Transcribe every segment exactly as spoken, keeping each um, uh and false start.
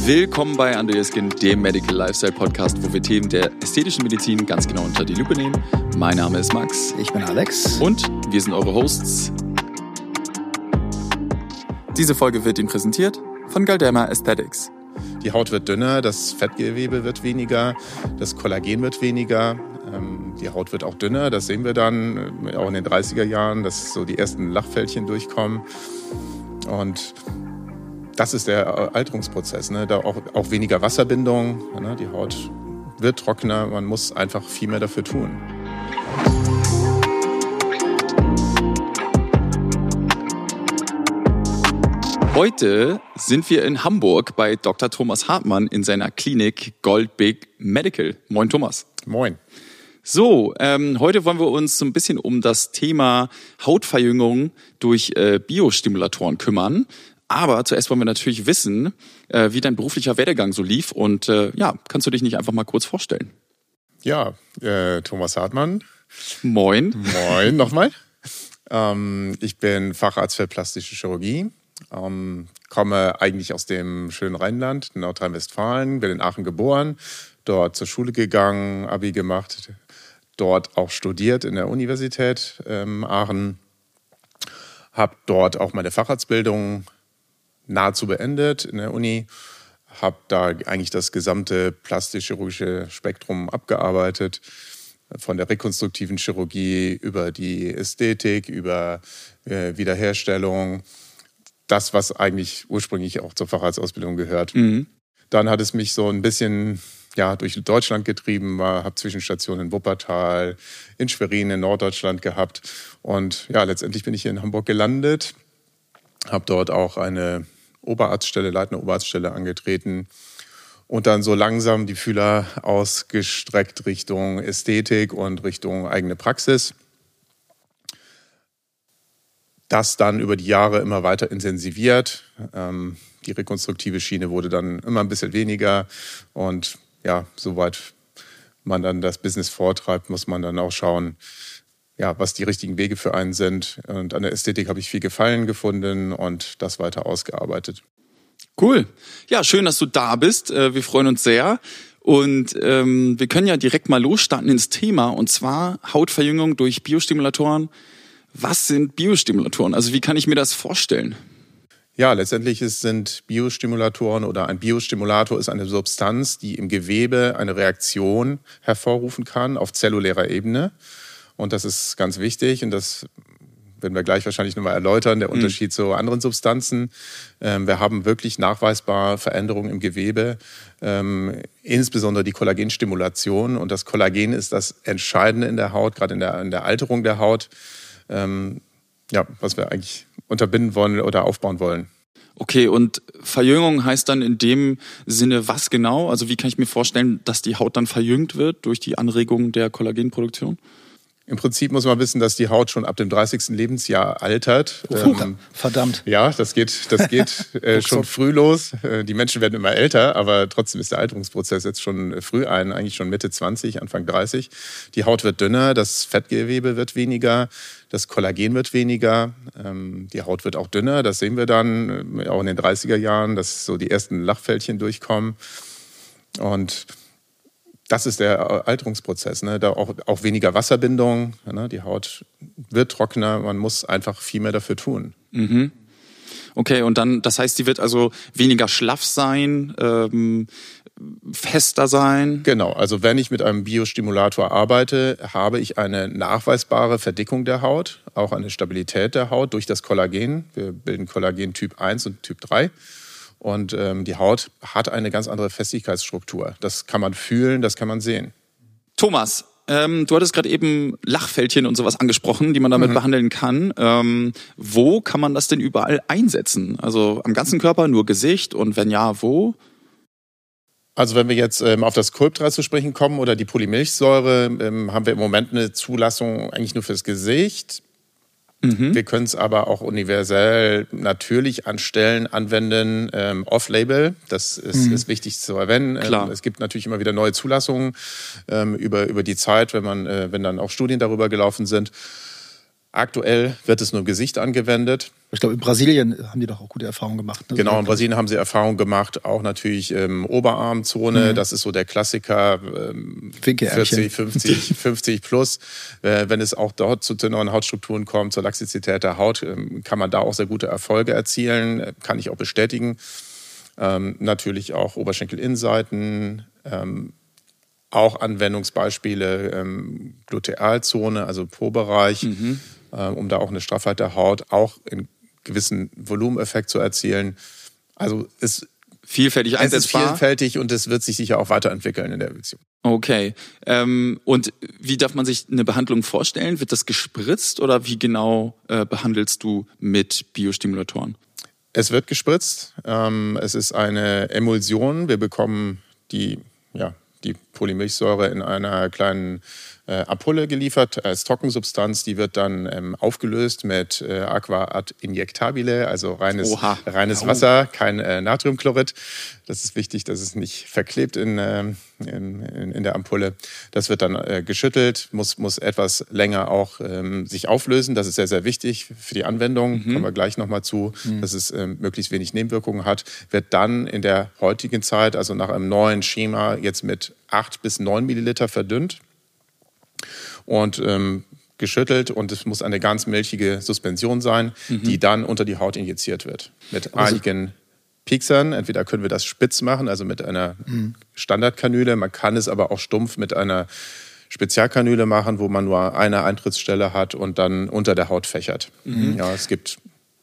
Willkommen bei Under Your Skin, dem Medical Lifestyle Podcast, wo wir Themen der ästhetischen Medizin ganz genau unter die Lupe nehmen. Mein Name ist Max. Ich bin Alex. Und wir sind eure Hosts. Diese Folge wird Ihnen präsentiert von Galderma Aesthetics. Die Haut wird dünner, das Fettgewebe wird weniger, das Kollagen wird weniger. Die Haut wird auch dünner, das sehen wir dann auch in den dreißiger Jahren, dass so die ersten Lachfältchen durchkommen. Und das ist der Alterungsprozess, ne? Da auch, auch weniger Wasserbindung, ne? Die Haut wird trockener, man muss einfach viel mehr dafür tun. Heute sind wir in Hamburg bei Doktor Thomas Hartmann in seiner Klinik Goldbig Medical. Moin Thomas. Moin. So, ähm, heute wollen wir uns so ein bisschen um das Thema Hautverjüngung durch äh, Biostimulatoren kümmern. Aber zuerst wollen wir natürlich wissen, äh, wie dein beruflicher Werdegang so lief. Und äh, ja, kannst du dich nicht einfach mal kurz vorstellen? Ja, äh, Thomas Hartmann. Moin. Moin nochmal. ähm, ich bin Facharzt für plastische Chirurgie. Ähm, komme eigentlich aus dem schönen Rheinland, Nordrhein-Westfalen. Bin in Aachen geboren, dort zur Schule gegangen, Abi gemacht, dort auch studiert in der Universität ähm, Aachen. Habe dort auch meine Facharztbildung nahezu beendet in der Uni, habe da eigentlich das gesamte plastisch-chirurgische Spektrum abgearbeitet, von der rekonstruktiven Chirurgie über die Ästhetik, über äh, Wiederherstellung, das, was eigentlich ursprünglich auch zur Facharztausbildung gehört. Mhm. Dann hat es mich so ein bisschen ja, durch Deutschland getrieben, habe Zwischenstationen in Wuppertal, in Schwerin, in Norddeutschland gehabt und ja, letztendlich bin ich hier in Hamburg gelandet, habe dort auch eine Oberarztstelle, leitende Oberarztstelle angetreten und dann so langsam die Fühler ausgestreckt Richtung Ästhetik und Richtung eigene Praxis. Das dann über die Jahre immer weiter intensiviert. Ähm, die rekonstruktive Schiene wurde dann immer ein bisschen weniger und ja, soweit man dann das Business vortreibt, muss man dann auch schauen, ja, was die richtigen Wege für einen sind. Und an der Ästhetik habe ich viel Gefallen gefunden und das weiter ausgearbeitet. Cool. Ja, schön, dass du da bist. Wir freuen uns sehr. Und ähm, wir können ja direkt mal losstarten ins Thema, und zwar Hautverjüngung durch Biostimulatoren. Was sind Biostimulatoren? Also wie kann ich mir das vorstellen? Ja, letztendlich ist, sind Biostimulatoren oder ein Biostimulator ist eine Substanz, die im Gewebe eine Reaktion hervorrufen kann auf zellulärer Ebene. Und das ist ganz wichtig und das werden wir gleich wahrscheinlich nochmal erläutern, der Unterschied mhm. zu anderen Substanzen. Ähm, wir haben wirklich nachweisbar Veränderungen im Gewebe, ähm, insbesondere die Kollagenstimulation. Und das Kollagen ist das Entscheidende in der Haut, gerade in der, in der Alterung der Haut, ähm, ja, was wir eigentlich unterbinden wollen oder aufbauen wollen. Okay, und Verjüngung heißt dann in dem Sinne was genau? Also wie kann ich mir vorstellen, dass die Haut dann verjüngt wird durch die Anregung der Kollagenproduktion? Im Prinzip muss man wissen, dass die Haut schon ab dem dreißigsten Lebensjahr altert. Oh, ähm, verdammt. Ja, das geht, das geht äh, schon früh los. Äh, die Menschen werden immer älter, aber trotzdem ist der Alterungsprozess jetzt schon früh ein, eigentlich schon Mitte zwanzig, Anfang dreißig. Die Haut wird dünner, das Fettgewebe wird weniger, das Kollagen wird weniger. Ähm, die Haut wird auch dünner, das sehen wir dann äh, auch in den dreißiger Jahren, dass so die ersten Lachfältchen durchkommen. Und das ist der Alterungsprozess, ne? Da auch, auch weniger Wasserbindung, ne? Die Haut wird trockener, man muss einfach viel mehr dafür tun. Mhm. Okay, und dann, das heißt, sie wird also weniger schlaff sein, ähm, fester sein? Genau, also wenn ich mit einem Biostimulator arbeite, habe ich eine nachweisbare Verdickung der Haut, auch eine Stabilität der Haut durch das Kollagen. Wir bilden Kollagen Typ eins und Typ drei. Und ähm, die Haut hat eine ganz andere Festigkeitsstruktur. Das kann man fühlen, das kann man sehen. Thomas, ähm, du hattest gerade eben Lachfältchen und sowas angesprochen, die man damit mhm. behandeln kann. Ähm, wo kann man das denn überall einsetzen? Also am ganzen Körper, nur Gesicht? Und wenn ja, wo? Also wenn wir jetzt ähm, auf das Kolbdra zu sprechen kommen oder die Polymilchsäure, ähm, haben wir im Moment eine Zulassung eigentlich nur fürs Gesicht. Mhm. Wir können es aber auch universell natürlich an Stellen anwenden, ähm, off-label. Das ist, mhm. ist wichtig zu erwähnen. Klar. Ähm, es gibt natürlich immer wieder neue Zulassungen ähm, über, über die Zeit, wenn man, äh, wenn dann auch Studien darüber gelaufen sind. Aktuell wird es nur im Gesicht angewendet. Ich glaube, in Brasilien haben die doch auch gute Erfahrungen gemacht. Ne? Genau, in Brasilien haben sie Erfahrungen gemacht, auch natürlich ähm, Oberarmzone, Mhm. das ist so der Klassiker, ähm, Winkelärmchen. vierzig, fünfzig, fünfzig plus. Äh, wenn es auch dort zu neuen Hautstrukturen kommt, zur Laxizität der Haut, ähm, kann man da auch sehr gute Erfolge erzielen, äh, kann ich auch bestätigen. Ähm, natürlich auch Oberschenkelinnenseiten, ähm, auch Anwendungsbeispiele, ähm, Glutealzone, also Po-Bereich, Mhm. äh, um da auch eine Straffheit der Haut, auch in gewissen Volumeneffekt zu erzielen. Also es, Vielfältig es ist einsetzbar. vielfältig und es wird sich sicher auch weiterentwickeln in der Beziehung. Okay. Ähm, und wie darf man sich eine Behandlung vorstellen? Wird das gespritzt oder wie genau äh, behandelst du mit Biostimulatoren? Es wird gespritzt. Ähm, es ist eine Emulsion. Wir bekommen die, ja, die Polymilchsäure in einer kleinen äh, Ampulle geliefert als Trockensubstanz. Die wird dann ähm, aufgelöst mit äh, Aqua ad injectabile, also reines, Oha. reines Oh. Wasser, kein äh, Natriumchlorid. Das ist wichtig, dass es nicht verklebt in, äh, in, in der Ampulle. Das wird dann äh, geschüttelt, muss, muss etwas länger auch ähm, sich auflösen. Das ist sehr, sehr wichtig für die Anwendung. Mhm. Kommen wir gleich nochmal zu, mhm. dass es ähm, möglichst wenig Nebenwirkungen hat. Wird dann in der heutigen Zeit, also nach einem neuen Schema, jetzt mit acht bis neun Milliliter verdünnt und ähm, geschüttelt, und es muss eine ganz milchige Suspension sein, mhm. die dann unter die Haut injiziert wird. Mit Also einigen Pieksern. Entweder können wir das spitz machen, also mit einer mhm. Standardkanüle. Man kann es aber auch stumpf mit einer Spezialkanüle machen, wo man nur eine Eintrittsstelle hat und dann unter der Haut fächert. Mhm. Ja, es gibt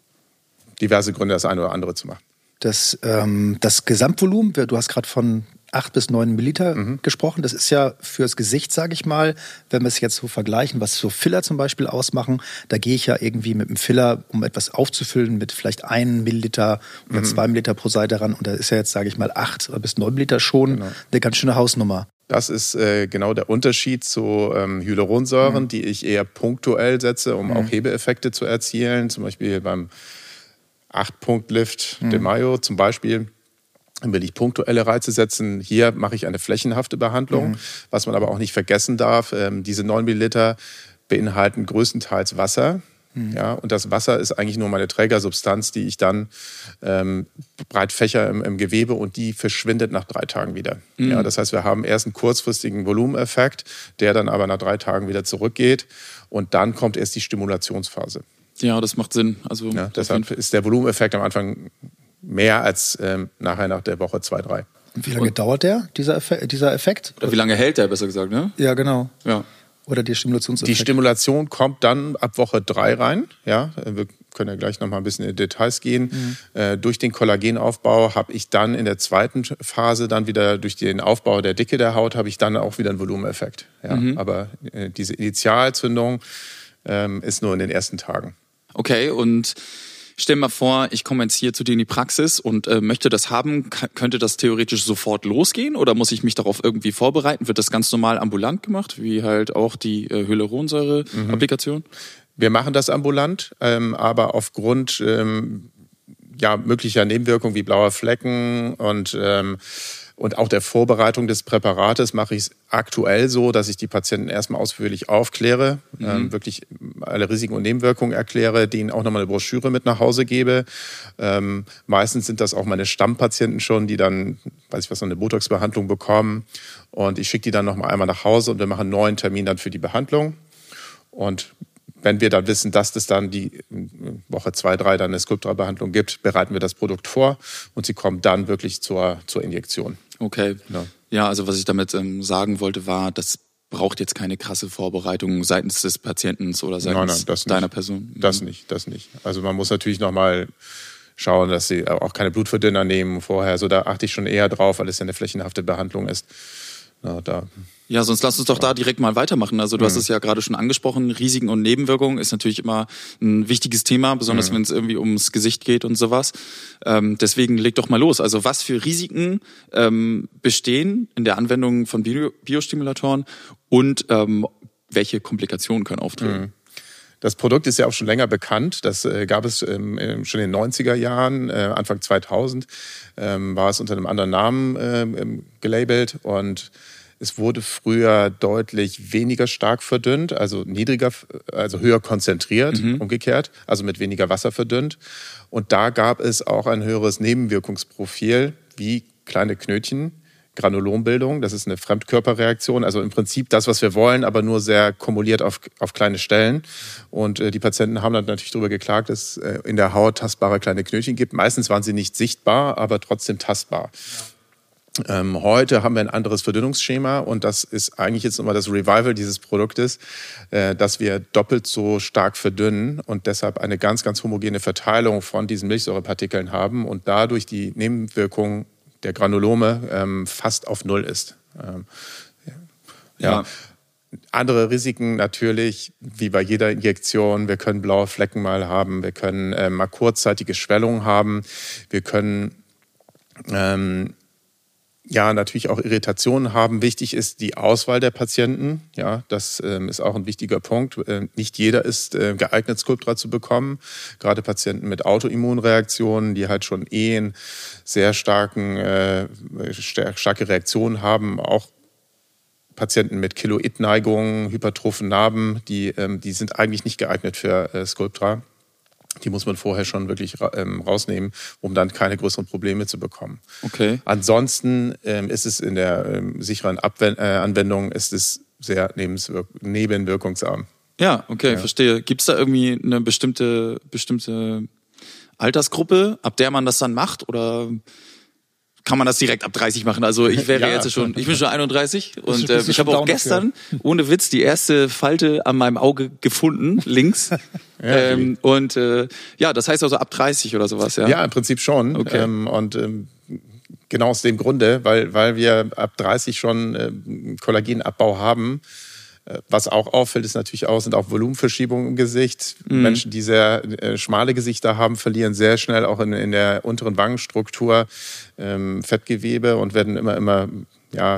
diverse Gründe, das eine oder andere zu machen. Das, ähm, das Gesamtvolumen, du hast gerade von acht bis neun Milliliter mhm. gesprochen. Das ist ja fürs Gesicht, sage ich mal, wenn wir es jetzt so vergleichen, was so Filler zum Beispiel ausmachen, da gehe ich ja irgendwie mit einem Filler, um etwas aufzufüllen, mit vielleicht einem Milliliter oder mhm. zwei Milliliter pro Seite ran. Und da ist ja jetzt, sage ich mal, acht bis neun Milliliter schon genau. eine ganz schöne Hausnummer. Das ist äh, genau der Unterschied zu ähm, Hyaluronsäuren, mhm. die ich eher punktuell setze, um mhm. auch Hebeeffekte zu erzielen. Zum Beispiel beim acht-Punkt-Lift mhm. de Mayo zum Beispiel. Dann will ich punktuelle Reize setzen. Hier mache ich eine flächenhafte Behandlung. Mhm. Was man aber auch nicht vergessen darf, ähm, diese neun Milliliter beinhalten größtenteils Wasser. Mhm. Ja, und das Wasser ist eigentlich nur meine Trägersubstanz, die ich dann ähm, breit fächer im, im Gewebe, und die verschwindet nach drei Tagen wieder. Mhm. Ja, das heißt, wir haben erst einen kurzfristigen Volumeneffekt, der dann aber nach drei Tagen wieder zurückgeht. Und dann kommt erst die Stimulationsphase. Ja, das macht Sinn. Also ja, deshalb ist der Volumeneffekt am Anfang mehr als ähm, nachher nach der Woche zwei, drei. Und wie lange und dauert der, dieser Effekt, dieser Effekt? Oder wie lange hält der, besser gesagt, ne? Ja, genau. Ja. Oder die Stimulationseffekt? Die Stimulation kommt dann ab Woche drei rein. Ja, wir können ja gleich noch mal ein bisschen in Details gehen. Mhm. Äh, durch den Kollagenaufbau habe ich dann in der zweiten Phase dann wieder, durch den Aufbau der Dicke der Haut, habe ich dann auch wieder einen Volumeneffekt. Ja, mhm. Aber äh, diese Initialzündung ähm, ist nur in den ersten Tagen. Okay, und stell mal vor, ich komme jetzt hier zu dir in die Praxis und äh, möchte das haben. K- könnte das theoretisch sofort losgehen oder muss ich mich darauf irgendwie vorbereiten? Wird das ganz normal ambulant gemacht, wie halt auch die äh, Hyaluronsäure-Applikation? Mhm. Wir machen das ambulant, ähm, aber aufgrund ähm, ja, möglicher Nebenwirkungen wie blauer Flecken und ähm, Und auch der Vorbereitung des Präparates mache ich es aktuell so, dass ich die Patienten erstmal ausführlich aufkläre, mhm. ähm, wirklich alle Risiken und Nebenwirkungen erkläre, denen auch nochmal eine Broschüre mit nach Hause gebe. Ähm, meistens sind das auch meine Stammpatienten schon, die dann, weiß ich was, so eine Botox-Behandlung bekommen. Und ich schicke die dann nochmal einmal nach Hause und wir machen einen neuen Termin dann für die Behandlung. Und wenn wir dann wissen, dass es dann die Woche zwei, drei dann eine Sculptra-Behandlung gibt, bereiten wir das Produkt vor und sie kommen dann wirklich zur, zur Injektion. Okay. Ja. ja, also was ich damit ähm, sagen wollte, war, das braucht jetzt keine krasse Vorbereitung seitens des Patienten oder seitens nein, nein, das deiner nicht. Person. Das nicht, das nicht. Also man muss natürlich nochmal schauen, dass sie auch keine Blutverdünner nehmen vorher. So, da achte ich schon eher drauf, weil es ja eine flächenhafte Behandlung ist. Na, da Ja, sonst lass uns doch da direkt mal weitermachen. Also du mhm. hast es ja gerade schon angesprochen, Risiken und Nebenwirkungen ist natürlich immer ein wichtiges Thema, besonders mhm. wenn es irgendwie ums Gesicht geht und sowas. Ähm, deswegen leg doch mal los. Also was für Risiken ähm, bestehen in der Anwendung von Bio- Biostimulatoren und ähm, welche Komplikationen können auftreten? Mhm. Das Produkt ist ja auch schon länger bekannt. Das äh, gab es ähm, schon in den neunziger Jahren, äh, Anfang zweitausend, ähm, war es unter einem anderen Namen äh, gelabelt. Und Es wurde früher deutlich weniger stark verdünnt, also niedriger, also höher konzentriert, mhm. umgekehrt, also mit weniger Wasser verdünnt. Und da gab es auch ein höheres Nebenwirkungsprofil, wie kleine Knötchen, Granulombildung. Das ist eine Fremdkörperreaktion, also im Prinzip das, was wir wollen, aber nur sehr kumuliert auf, auf kleine Stellen. Und äh, die Patienten haben dann natürlich darüber geklagt, dass es äh, in der Haut tastbare kleine Knötchen gibt. Meistens waren sie nicht sichtbar, aber trotzdem tastbar. Ja. Ähm, heute haben wir ein anderes Verdünnungsschema und das ist eigentlich jetzt nochmal das Revival dieses Produktes, äh, dass wir doppelt so stark verdünnen und deshalb eine ganz, ganz homogene Verteilung von diesen Milchsäurepartikeln haben und dadurch die Nebenwirkungen der Granulome ähm, fast auf Null ist. Ähm, ja. ja. Andere Risiken natürlich, wie bei jeder Injektion. Wir können blaue Flecken mal haben, wir können äh, mal kurzzeitige Schwellungen haben, wir können ähm, ja natürlich auch Irritationen haben. Wichtig ist die Auswahl der Patienten. Ja, das ähm, ist auch ein wichtiger Punkt. Äh, nicht jeder ist äh, geeignet, Sculptra zu bekommen. Gerade Patienten mit Autoimmunreaktionen, die halt schon eh einen sehr starken, äh, starke Reaktionen haben. Auch Patienten mit Keloidneigung, hypertrophen Narben, die, ähm, die sind eigentlich nicht geeignet für äh, Sculptra. Die muss man vorher schon wirklich ähm, rausnehmen, um dann keine größeren Probleme zu bekommen. Okay. Ansonsten ähm, ist es in der ähm, sicheren Abwend- äh, Anwendung ist es sehr nebenwirk- nebenwirkungsarm. Ja, okay, ja. Verstehe. Gibt es da irgendwie eine bestimmte, bestimmte Altersgruppe, ab der man das dann macht? Oder kann man das direkt ab dreißig machen? Also ich wäre ja. jetzt schon, ich bin schon einunddreißig und äh, ich habe auch gestern, dafür. ohne Witz, die erste Falte an meinem Auge gefunden, links. ja, ähm, und äh, ja, das heißt also ab dreißig oder sowas, ja? Ja, im Prinzip schon. Okay. Ähm, und ähm, genau aus dem Grunde, weil, weil wir ab dreißig schon äh, Kollagenabbau haben. Was auch auffällt, ist natürlich auch, sind auch Volumenverschiebungen im Gesicht. Mhm. Menschen, die sehr äh, schmale Gesichter haben, verlieren sehr schnell auch in, in der unteren Wangenstruktur ähm, Fettgewebe und werden immer, immer, ja,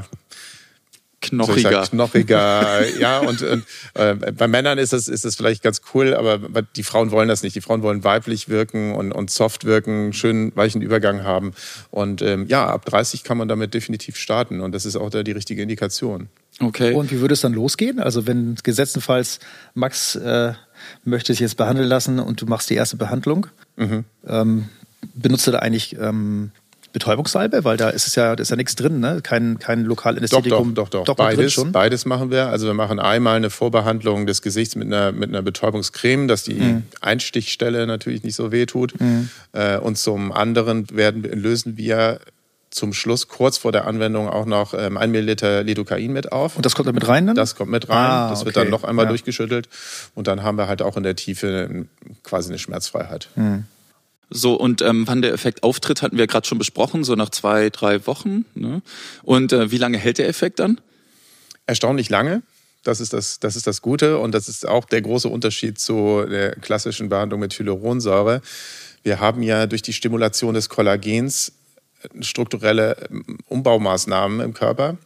knochiger. Sagen, knochiger, ja, und, und äh, bei Männern ist das, ist das vielleicht ganz cool, aber die Frauen wollen das nicht. Die Frauen wollen weiblich wirken und, und soft wirken, schönen, weichen Übergang haben. Und ähm, ja, ab dreißig kann man damit definitiv starten und das ist auch da die richtige Indikation. Okay. Und wie würde es dann losgehen? Also wenn gesetztenfalls Max äh, möchte sich jetzt behandeln lassen und du machst die erste Behandlung, mhm. ähm, benutzt du da eigentlich ähm, Betäubungssalbe? Weil da ist es ja, da ist ja nichts drin, ne? Kein, kein Lokalanästhetikum. Doch, doch, doch, doch. Beides, schon? beides machen wir. Also wir machen einmal eine Vorbehandlung des Gesichts mit einer, mit einer Betäubungscreme, dass die mhm. Einstichstelle natürlich nicht so wehtut. Mhm. Äh, und zum anderen werden, lösen wir zum Schluss, kurz vor der Anwendung, auch noch ähm, ein Milliliter Lidocain mit auf. Und das kommt dann mit rein dann? Das kommt mit rein. Ah, das okay. wird dann noch einmal ja. durchgeschüttelt. Und dann haben wir halt auch in der Tiefe quasi eine Schmerzfreiheit. Mhm. So, und ähm, wann der Effekt auftritt, hatten wir gerade schon besprochen, so nach zwei, drei Wochen. Ne? Und äh, wie lange hält der Effekt dann? Erstaunlich lange. Das ist das, das ist das Gute. Und das ist auch der große Unterschied zu der klassischen Behandlung mit Hyaluronsäure. Wir haben ja durch die Stimulation des Kollagens strukturelle Umbaumaßnahmen im Körper.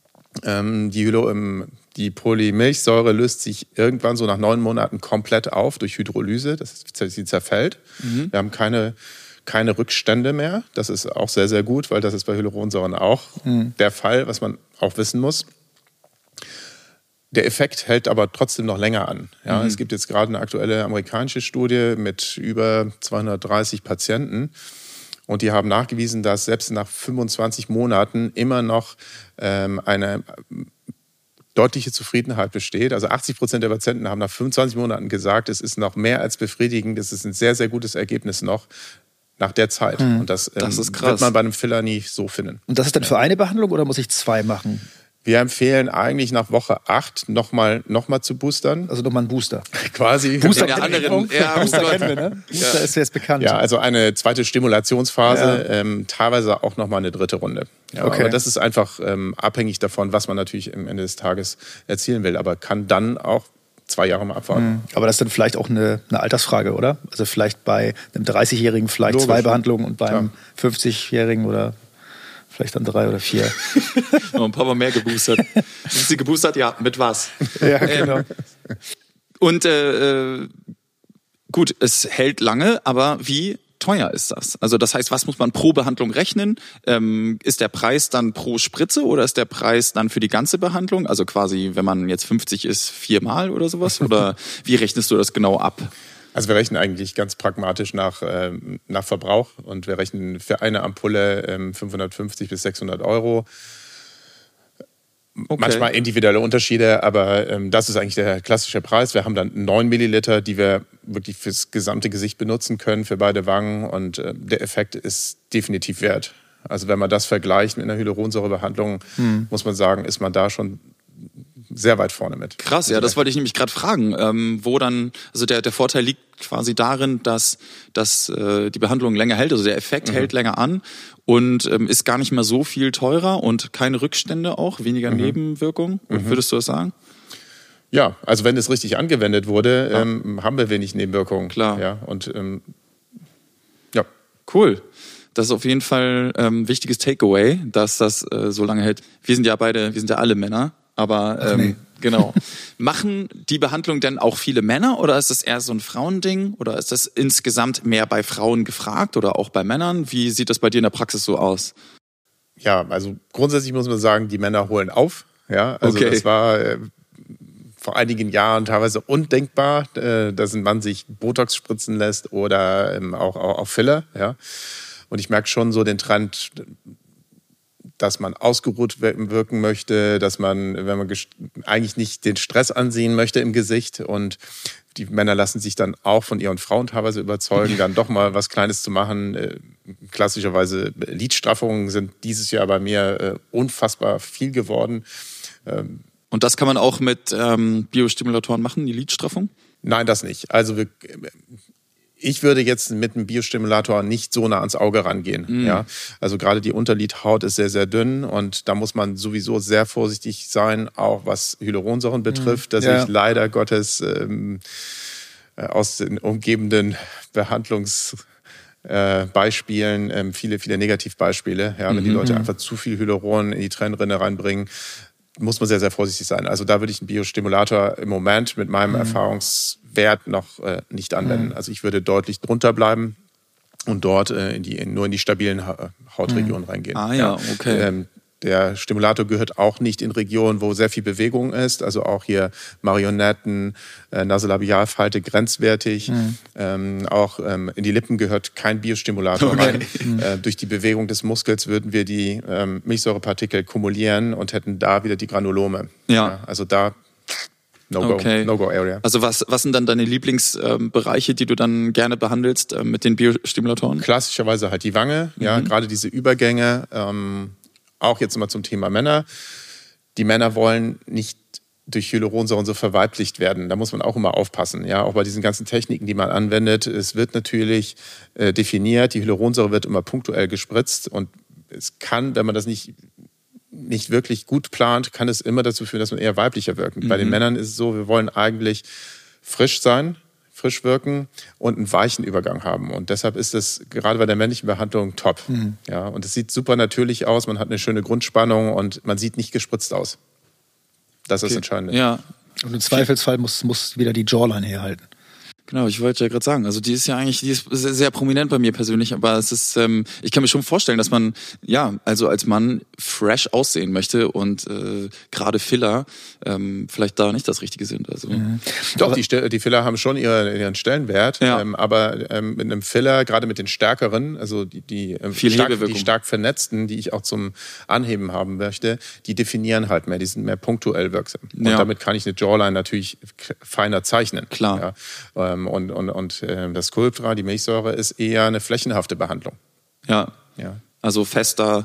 Ähm, die, Hylo, die Polymilchsäure löst sich irgendwann so nach neun Monaten komplett auf durch Hydrolyse. Das ist, sie zerfällt. Mhm. Wir haben keine, keine Rückstände mehr. Das ist auch sehr, sehr gut, weil das ist bei Hyaluronsäuren auch mhm. der Fall, was man auch wissen muss. Der Effekt hält aber trotzdem noch länger an. Ja, mhm. Es gibt jetzt gerade eine aktuelle amerikanische Studie mit über zweihundertdreißig Patienten. Und die haben nachgewiesen, dass selbst nach fünfundzwanzig Monaten immer noch ähm, eine deutliche Zufriedenheit besteht. Also achtzig Prozent der Patienten haben nach fünfundzwanzig Monaten gesagt, es ist noch mehr als befriedigend. Das ist ein sehr, sehr gutes Ergebnis noch nach der Zeit. Hm. Und das, ähm, das ist krass. Wird man bei einem Filler nie so finden. Und das ist dann für eine Behandlung oder muss ich zwei machen? Wir empfehlen eigentlich nach Woche acht nochmal noch mal zu boostern. Also nochmal ein Booster. Quasi. Booster, der anderen, ja, Booster kennen wir, ne? Booster ja. ist jetzt bekannt. Ja, also eine zweite Stimulationsphase, ja. ähm, teilweise auch nochmal eine dritte Runde. Ja, okay. Aber das ist einfach ähm, abhängig davon, was man natürlich am Ende des Tages erzielen will. Aber kann dann auch zwei Jahre mal abwarten. Mhm. Aber das ist dann vielleicht auch eine, eine Altersfrage, oder? Also vielleicht bei einem dreißigjährigen vielleicht Logisch. zwei Behandlungen und beim ja. fünfzigjährigen oder vielleicht dann drei oder vier. Noch ein paar Mal mehr geboostert. Sind Sie geboostert? Ja, mit was? Ja, genau. Ähm, und äh, gut, es hält lange, aber wie teuer ist das? Also das heißt, was muss man pro Behandlung rechnen? Ähm, ist der Preis dann pro Spritze oder ist der Preis dann für die ganze Behandlung? Also quasi, wenn man jetzt fünfzig ist, viermal oder sowas? Oder wie rechnest du das genau ab? Also wir rechnen eigentlich ganz pragmatisch nach, äh, nach Verbrauch und wir rechnen für eine Ampulle ähm, fünfhundertfünfzig bis sechshundert Euro. Okay. Manchmal individuelle Unterschiede, aber ähm, das ist eigentlich der klassische Preis. Wir haben dann neun Milliliter, die wir wirklich fürs gesamte Gesicht benutzen können, für beide Wangen und äh, der Effekt ist definitiv wert. Also wenn man das vergleicht mit einer Hyaluronsäurebehandlung, hm. muss man sagen, ist man da schon sehr weit vorne mit. Krass, ja, das wollte ich nämlich gerade fragen. Ähm, wo dann, also der, der Vorteil liegt quasi darin, dass, dass äh, die Behandlung länger hält, also der Effekt mhm. hält länger an und ähm, ist gar nicht mehr so viel teurer und keine Rückstände auch, weniger mhm. Nebenwirkungen. Mhm. Würdest du das sagen? Ja, also wenn es richtig angewendet wurde, ja. ähm, haben wir wenig Nebenwirkungen. Klar. Ja, und ähm, ja. Cool. Das ist auf jeden Fall ähm, wichtiges Takeaway, dass das äh, so lange hält. Wir sind ja beide, wir sind ja alle Männer. Aber ähm, nee. genau. Machen die Behandlung denn auch viele Männer oder ist das eher so ein Frauending? Oder ist das insgesamt mehr bei Frauen gefragt oder auch bei Männern? Wie sieht das bei dir in der Praxis so aus? Ja, also grundsätzlich muss man sagen, die Männer holen auf. Ja, also okay. das war äh, vor einigen Jahren teilweise undenkbar, äh, dass ein Mann sich Botox spritzen lässt oder ähm, auch, auch, auch Filler. Ja. Und ich merke schon so den Trend, dass man ausgeruht wirken möchte, dass man, wenn man eigentlich nicht den Stress ansehen möchte im Gesicht und die Männer lassen sich dann auch von ihren Frauen teilweise überzeugen, dann doch mal was Kleines zu machen. Klassischerweise Lidstraffungen sind dieses Jahr bei mir unfassbar viel geworden. Und das kann man auch mit ähm, Biostimulatoren machen, die Lidstraffung? Nein, das nicht. Also wir Ich würde jetzt mit einem Biostimulator nicht so nah ans Auge rangehen. Mm. Ja? Also gerade die Unterlidhaut ist sehr, sehr dünn und da muss man sowieso sehr vorsichtig sein, auch was Hyaluronsäuren betrifft, mm. dass ja. ich leider Gottes ähm, aus den umgebenden Behandlungsbeispielen äh, ähm, viele, viele Negativbeispiele, ja? wenn mm-hmm. die Leute einfach zu viel Hyaluron in die Trennrinne reinbringen, muss man sehr, sehr vorsichtig sein. Also da würde ich einen Biostimulator im Moment mit meinem mm. Erfahrungswert noch äh, nicht anwenden. Mm. Also ich würde deutlich drunter bleiben und dort äh, in die, in, nur in die stabilen ha- Hautregionen mm. reingehen. Ah ja, okay. Ähm, der Stimulator gehört auch nicht in Regionen, wo sehr viel Bewegung ist. Also auch hier Marionetten, äh, Nasolabialfalte grenzwertig. Mhm. Ähm, auch ähm, in die Lippen gehört kein Biostimulator okay. rein. Mhm. Äh, durch die Bewegung des Muskels würden wir die ähm, Milchsäurepartikel kumulieren und hätten da wieder die Granulome. Ja. Ja, also da No-Go, okay. No-Go-Area. Also was, was sind dann deine Lieblingsbereiche, ähm, die du dann gerne behandelst äh, mit den Biostimulatoren? Klassischerweise halt die Wange, mhm. ja, gerade diese Übergänge. Ähm, Auch jetzt mal zum Thema Männer. Die Männer wollen nicht durch Hyaluronsäuren so verweiblicht werden. Da muss man auch immer aufpassen. Ja, auch bei diesen ganzen Techniken, die man anwendet. Es wird natürlich äh, definiert. Die Hyaluronsäure wird immer punktuell gespritzt. Und es kann, wenn man das nicht, nicht wirklich gut plant, kann es immer dazu führen, dass man eher weiblicher wirkt. Mhm. Bei den Männern ist es so, wir wollen eigentlich frisch sein, frisch wirken und einen weichen Übergang haben. Und deshalb ist es gerade bei der männlichen Behandlung top. Mhm. Ja, und es sieht super natürlich aus, man hat eine schöne Grundspannung und man sieht nicht gespritzt aus. Das ist okay. entscheidend. Ja. Und im Zweifelsfall muss, muss wieder die Jawline herhalten. Genau, ich wollte ja gerade sagen, also die ist ja eigentlich, die ist sehr, sehr prominent bei mir persönlich, aber es ist, ähm, ich kann mir schon vorstellen, dass man, ja, also als Mann fresh aussehen möchte und äh, gerade Filler ähm, vielleicht da nicht das Richtige sind. Also mhm. Doch, die, die Filler haben schon ihren, ihren Stellenwert, ja. ähm, aber ähm, mit einem Filler, gerade mit den stärkeren, also die, die, ähm, Viel stark, die stark vernetzten, die ich auch zum Anheben haben möchte, die definieren halt mehr, die sind mehr punktuell wirksam. Und ja. damit kann ich eine Jawline natürlich feiner zeichnen. Klar. Ja. Ähm, Und, und, und äh, das Sculptra, die Milchsäure, ist eher eine flächenhafte Behandlung. Ja, ja. Also fester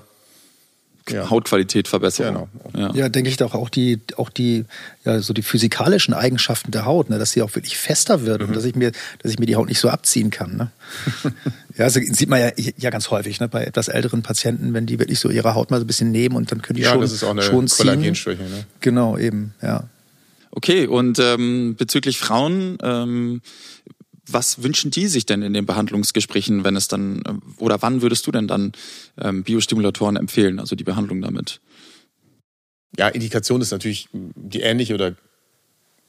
ja. Hautqualität verbessern. Genau. Ja, ja, denke ich doch auch die, auch die, ja, so die physikalischen Eigenschaften der Haut, ne, dass sie auch wirklich fester wird mhm. und dass ich mir, dass ich mir die Haut nicht so abziehen kann. Ne? Ja, das sieht man ja, ja ganz häufig, ne, bei etwas älteren Patienten, wenn die wirklich so ihre Haut mal so ein bisschen nehmen und dann können die ja, schon, das ist auch eine schon ziehen. Kollagenstriche, ne? Genau, eben, ja. Okay, und ähm, bezüglich Frauen, ähm, was wünschen die sich denn in den Behandlungsgesprächen, wenn es dann, oder wann würdest du denn dann ähm, Biostimulatoren empfehlen, also die Behandlung damit? Ja, Indikation ist natürlich die ähnliche oder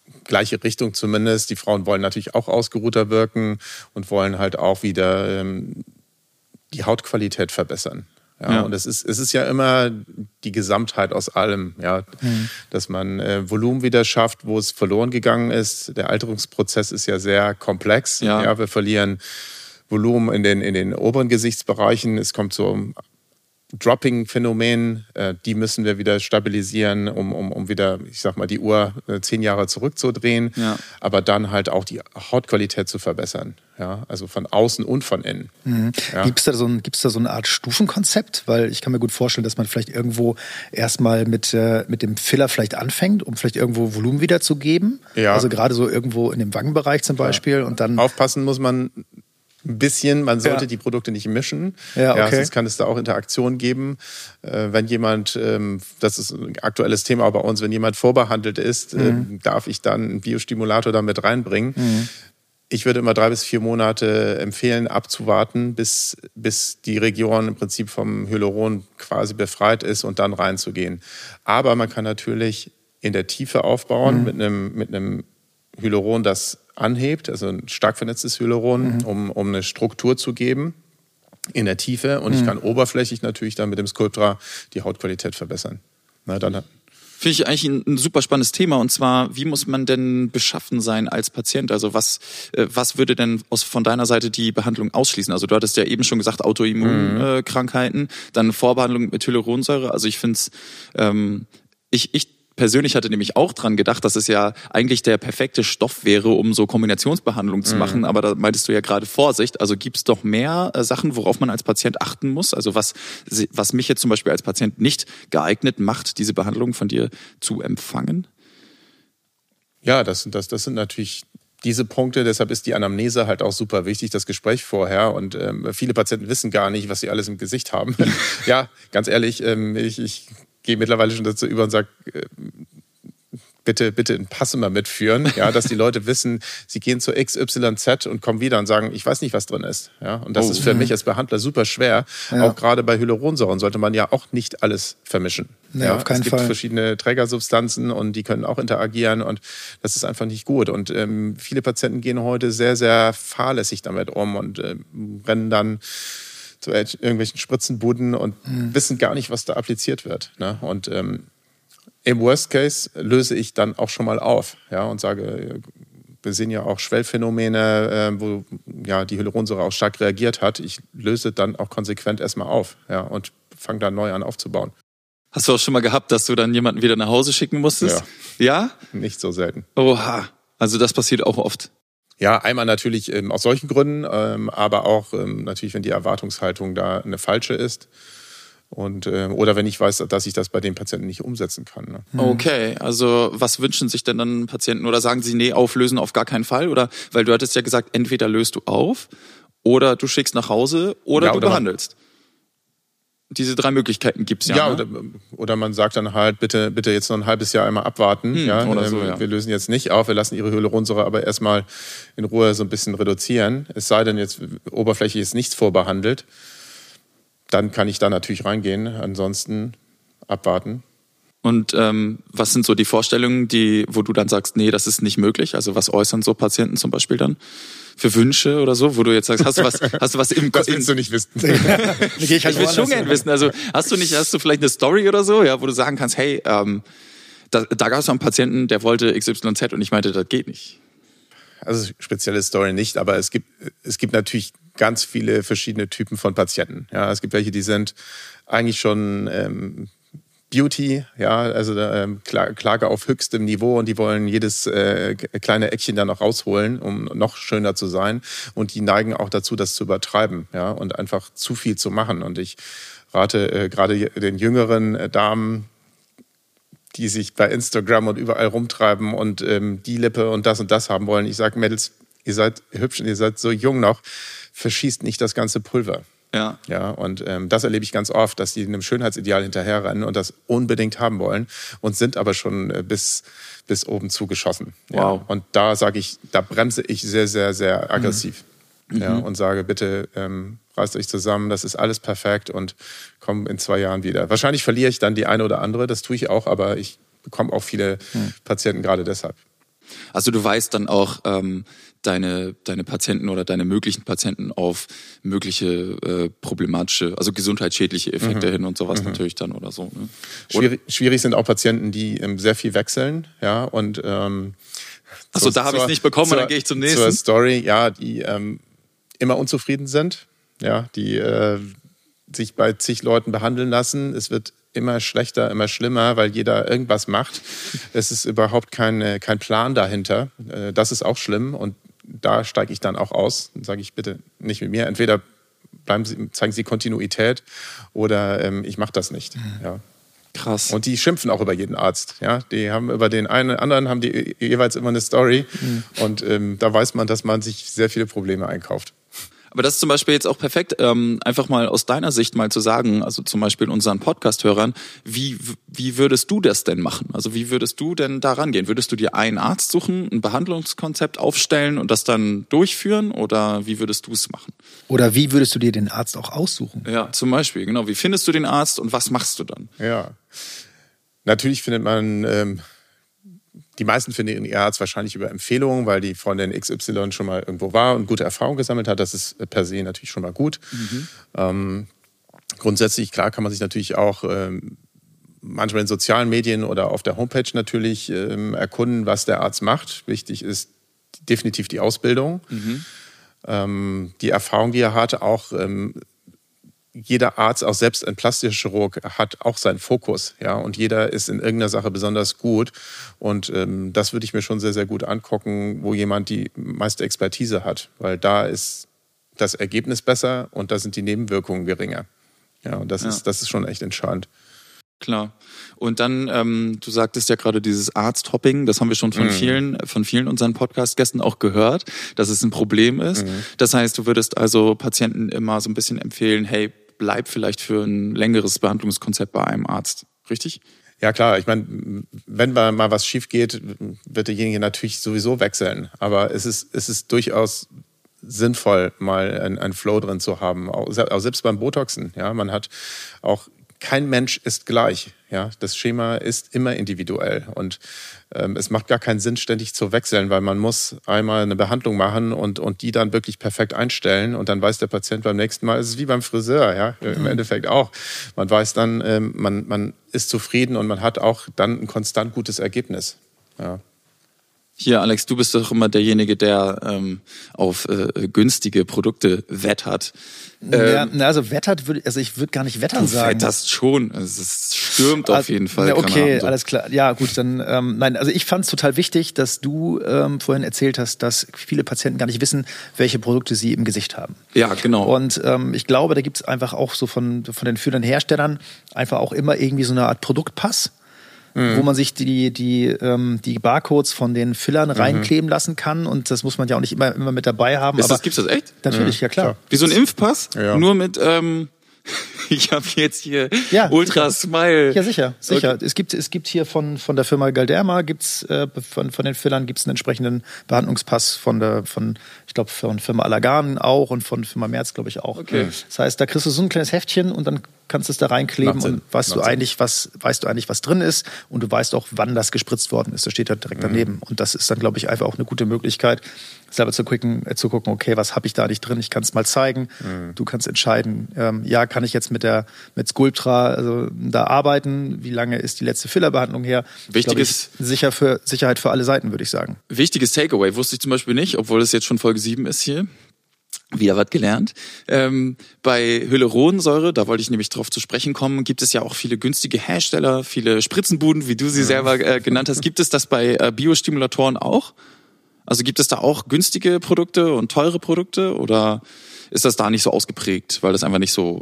gleiche Richtung zumindest. Die Frauen wollen natürlich auch ausgeruhter wirken und wollen halt auch wieder ähm, die Hautqualität verbessern. Ja, ja. Und es ist, es ist ja immer die Gesamtheit aus allem, ja, mhm. dass man äh, Volumen wieder schafft, wo es verloren gegangen ist. Der Alterungsprozess ist ja sehr komplex. Ja. Ja, wir verlieren Volumen in den, in den oberen Gesichtsbereichen. Es kommt zum Dropping-Phänomen, äh, die müssen wir wieder stabilisieren, um, um, um wieder, ich sag mal, die Uhr äh, zehn Jahre zurückzudrehen, ja. aber dann halt auch die Hautqualität zu verbessern. Ja, also von außen und von innen. Mhm. Ja. Gibt es da, so ein, gibt's da so eine Art Stufenkonzept? Weil ich kann mir gut vorstellen, dass man vielleicht irgendwo erstmal mit, äh, mit dem Filler vielleicht anfängt, um vielleicht irgendwo Volumen wiederzugeben. Ja. Also gerade so irgendwo in dem Wangenbereich zum Beispiel. Ja. Und dann aufpassen muss man ein bisschen, man sollte ja. die Produkte nicht mischen. Ja, okay. Ja, sonst kann es da auch Interaktion geben. Äh, wenn jemand, ähm, das ist ein aktuelles Thema bei uns, wenn jemand vorbehandelt ist, mhm. äh, darf ich dann einen Biostimulator da mit reinbringen. Mhm. Ich würde immer drei bis vier Monate empfehlen, abzuwarten, bis, bis die Region im Prinzip vom Hyaluron quasi befreit ist und dann reinzugehen. Aber man kann natürlich in der Tiefe aufbauen mhm. mit einem, mit einem Hyaluron, das anhebt, also ein stark vernetztes Hyaluron, mhm. um, um eine Struktur zu geben in der Tiefe. Und mhm. ich kann oberflächlich natürlich dann mit dem Sculptra die Hautqualität verbessern. Na, dann Finde ich eigentlich ein, ein super spannendes Thema. Und zwar, wie muss man denn beschaffen sein als Patient? Also was, äh, was würde denn aus, von deiner Seite die Behandlung ausschließen? Also du hattest ja eben schon gesagt, Autoimmunkrankheiten, mhm. äh, dann Vorbehandlung mit Hyaluronsäure. Also ich finde es, ähm, ich, ich persönlich hatte nämlich auch dran gedacht, dass es ja eigentlich der perfekte Stoff wäre, um so Kombinationsbehandlung zu machen. Mhm. Aber da meintest du ja gerade Vorsicht. Also gibt es doch mehr äh, Sachen, worauf man als Patient achten muss? Also was, was mich jetzt zum Beispiel als Patient nicht geeignet macht, diese Behandlung von dir zu empfangen? Ja, das, das, das sind natürlich diese Punkte. Deshalb ist die Anamnese halt auch super wichtig, das Gespräch vorher. Und ähm, viele Patienten wissen gar nicht, was sie alles im Gesicht haben. Ja, ganz ehrlich, ähm, ich... ich gehe mittlerweile schon dazu über und sage, bitte, bitte einen Pass immer mitführen, ja, dass die Leute wissen, sie gehen zu X Y Z und kommen wieder und sagen, ich weiß nicht, was drin ist. Ja, und das oh. ist für mich als Behandler super schwer. Ja. Auch gerade bei Hyaluronsäuren sollte man ja auch nicht alles vermischen. Nee, ja, auf keinen es gibt Fall. verschiedene Trägersubstanzen und die können auch interagieren und das ist einfach nicht gut. Und ähm, viele Patienten gehen heute sehr, sehr fahrlässig damit um und äh, rennen dann zu irgendwelchen Spritzenbuden und mhm. wissen gar nicht, was da appliziert wird. Ne? Und ähm, im Worst Case löse ich dann auch schon mal auf, ja, und sage, wir sehen ja auch Schwellphänomene, äh, wo ja, die Hyaluronsäure auch stark reagiert hat. Ich löse dann auch konsequent erstmal auf, ja, und fange dann neu an aufzubauen. Hast du auch schon mal gehabt, dass du dann jemanden wieder nach Hause schicken musstest? Ja. Ja? Nicht so selten. Oha, also das passiert auch oft. Ja, einmal natürlich ähm, aus solchen Gründen, ähm, aber auch ähm, natürlich, wenn die Erwartungshaltung da eine falsche ist. Und, äh, oder wenn ich weiß, dass ich das bei den Patienten nicht umsetzen kann. Ne? Okay, also was wünschen sich denn dann Patienten? Oder sagen sie, nee, auflösen auf gar keinen Fall? Oder weil du hattest ja gesagt, entweder löst du auf oder du schickst nach Hause oder, ja, du oder behandelst. Diese drei Möglichkeiten gibt's ja. Ja, ne? oder, oder man sagt dann halt, bitte, bitte jetzt noch ein halbes Jahr einmal abwarten. Hm, ja, oder so, ähm, ja. Wir lösen jetzt nicht auf, wir lassen ihre Hyaluronsäure aber erstmal in Ruhe so ein bisschen reduzieren. Es sei denn, jetzt oberflächlich ist nichts vorbehandelt. Dann kann ich da natürlich reingehen. Ansonsten abwarten. Und ähm, was sind so die Vorstellungen, die, wo du dann sagst, nee, das ist nicht möglich? Also was äußern so Patienten zum Beispiel dann für Wünsche oder so, wo du jetzt sagst, hast du was, hast du was im Das willst du nicht wissen. ich ich will schon gerne wissen. Also hast du nicht, hast du vielleicht eine Story oder so, ja, wo du sagen kannst, hey, ähm, da, da gab es einen Patienten, der wollte X Y Z und ich meinte, das geht nicht. Also spezielle Story nicht, aber es gibt, es gibt natürlich ganz viele verschiedene Typen von Patienten. Ja, es gibt welche, die sind eigentlich schon ähm, Beauty, ja, also ähm, Klage auf höchstem Niveau und die wollen jedes äh, kleine Eckchen dann noch rausholen, um noch schöner zu sein. Und die neigen auch dazu, das zu übertreiben, ja, und einfach zu viel zu machen. Und ich rate äh, gerade den jüngeren äh, Damen, die sich bei Instagram und überall rumtreiben und ähm, die Lippe und das und das haben wollen. Ich sage, Mädels, ihr seid hübsch und ihr seid so jung noch, verschießt nicht das ganze Pulver. Ja. Ja, und ähm, das erlebe ich ganz oft, dass die einem Schönheitsideal hinterherrennen und das unbedingt haben wollen und sind aber schon äh, bis, bis oben zugeschossen. Wow. Ja. Und da sage ich, da bremse ich sehr, sehr, sehr aggressiv. Mhm. Ja, Mhm. und sage, bitte ähm, reißt euch zusammen, das ist alles perfekt und komm in zwei Jahren wieder. Wahrscheinlich verliere ich dann die eine oder andere, das tue ich auch, aber ich bekomme auch viele mhm. Patienten gerade deshalb. Also du weißt dann auch ähm, deine deine Patienten oder deine möglichen Patienten auf mögliche äh, problematische, also gesundheitsschädliche Effekte mhm. hin und sowas mhm. natürlich dann oder so. Ne? Schwierig, schwierig sind auch Patienten, die ähm, sehr viel wechseln, ja, und ähm, Achso, da habe ich es nicht bekommen zur, und dann gehe ich zum nächsten. Zur Story, ja, die ähm, immer unzufrieden sind, ja, die äh, sich bei zig Leuten behandeln lassen. Es wird immer schlechter, immer schlimmer, weil jeder irgendwas macht. Es ist überhaupt kein, kein Plan dahinter. Das ist auch schlimm und da steige ich dann auch aus und sage ich, bitte nicht mit mir. Entweder bleiben Sie, zeigen Sie Kontinuität oder ähm, ich mache das nicht. Ja. Krass. Und die schimpfen auch über jeden Arzt. Ja? Die haben über den einen anderen haben die jeweils immer eine Story mhm. und ähm, da weiß man, dass man sich sehr viele Probleme einkauft. Aber das ist zum Beispiel jetzt auch perfekt, ähm, einfach mal aus deiner Sicht mal zu sagen, also zum Beispiel unseren Podcast-Hörern, wie, wie würdest du das denn machen? Also wie würdest du denn da rangehen? Würdest du dir einen Arzt suchen, ein Behandlungskonzept aufstellen und das dann durchführen oder wie würdest du es machen? Oder wie würdest du dir den Arzt auch aussuchen? Ja, zum Beispiel, genau. Wie findest du den Arzt und was machst du dann? Ja, natürlich findet man... Ähm Die meisten finden ihren Arzt wahrscheinlich über Empfehlungen, weil die Freundin X Y schon mal irgendwo war und gute Erfahrungen gesammelt hat. Das ist per se natürlich schon mal gut. Mhm. Ähm, grundsätzlich, klar, kann man sich natürlich auch ähm, manchmal in sozialen Medien oder auf der Homepage natürlich ähm, erkunden, was der Arzt macht. Wichtig ist definitiv die Ausbildung, mhm. ähm, die Erfahrung, die er hat, auch ähm, jeder Arzt, auch selbst ein plastischer Chirurg, hat auch seinen Fokus, ja, und jeder ist in irgendeiner Sache besonders gut und ähm, das würde ich mir schon sehr, sehr gut angucken, wo jemand die meiste Expertise hat, weil da ist das Ergebnis besser und da sind die Nebenwirkungen geringer, ja, und das ja. ist das ist schon echt entscheidend. Klar. Und dann, ähm, du sagtest ja gerade dieses Arzthopping, das haben wir schon von mm. vielen, von vielen unseren Podcast-Gästen auch gehört, dass es ein Problem ist. Mm. Das heißt, du würdest also Patienten immer so ein bisschen empfehlen, hey, bleib vielleicht für ein längeres Behandlungskonzept bei einem Arzt, richtig? Ja klar, ich meine, wenn mal was schief geht, wird derjenige natürlich sowieso wechseln. Aber es ist, es ist durchaus sinnvoll, mal einen, einen Flow drin zu haben. Auch selbst beim Botoxen. Ja, man hat auch, kein Mensch ist gleich. Ja, das Schema ist immer individuell und ähm, es macht gar keinen Sinn, ständig zu wechseln, weil man muss einmal eine Behandlung machen und, und die dann wirklich perfekt einstellen und dann weiß der Patient beim nächsten Mal, es ist wie beim Friseur, ja, im mhm. Endeffekt auch. Man weiß dann, ähm, man, man ist zufrieden und man hat auch dann ein konstant gutes Ergebnis. Ja. Hier, Alex, du bist doch immer derjenige, der ähm, auf äh, günstige Produkte wettert. Ähm, ja, also wettert würde, also ich würde gar nicht wettern du sagen. Du wetterst schon, also es stürmt auf jeden Fall. Ja, okay, Ahnung, so. Alles klar. Ja, gut, dann ähm, nein, also ich fand es total wichtig, dass du ähm, vorhin erzählt hast, dass viele Patienten gar nicht wissen, welche Produkte sie im Gesicht haben. Ja, genau. Und ähm, ich glaube, da gibt es einfach auch so von von den führenden Herstellern einfach auch immer irgendwie so eine Art Produktpass. Mhm. Wo man sich die, die, ähm, die Barcodes von den Fillern mhm. reinkleben lassen kann. Und das muss man ja auch nicht immer, immer mit dabei haben. Ist aber das, gibt's das echt? Natürlich, mhm. ja klar. Wie so ein Impfpass? Ja. Nur mit, ähm, ich habe jetzt hier ja, Ultra sicher. Smile. Ja, sicher, sicher. Okay. Es gibt, es gibt hier von, von der Firma Galderma, gibt's, äh, von, von den Fillern gibt's einen entsprechenden Behandlungspass von der, von, ich glaube, von Firma Allergan auch und von Firma Merz, glaube ich, auch. Okay. Das heißt, da kriegst du so ein kleines Heftchen und dann kannst du es da reinkleben und weißt du eigentlich, was, weißt du eigentlich, was drin ist und du weißt auch, wann das gespritzt worden ist. Das steht da direkt daneben. Mhm. Und das ist dann, glaube ich, einfach auch eine gute Möglichkeit, selber zu gucken, äh, zu gucken, okay, was habe ich da nicht drin? Ich kann es mal zeigen. Mhm. Du kannst entscheiden, ähm, ja, kann ich jetzt mit der mit Sculptra also da arbeiten? Wie lange ist die letzte Fillerbehandlung her? Wichtiges ich, sicher für Sicherheit für alle Seiten, würde ich sagen. Wichtiges Takeaway wusste ich zum Beispiel nicht, obwohl es jetzt schon Folge sieben ist hier. Wieder was gelernt. Ähm, bei Hyaluronsäure, da wollte ich nämlich drauf zu sprechen kommen, gibt es ja auch viele günstige Hersteller, viele Spritzenbuden, wie du sie selber äh, genannt hast. Gibt es das bei äh, Biostimulatoren auch? Also gibt es da auch günstige Produkte und teure Produkte oder ist das da nicht so ausgeprägt, weil das einfach nicht so...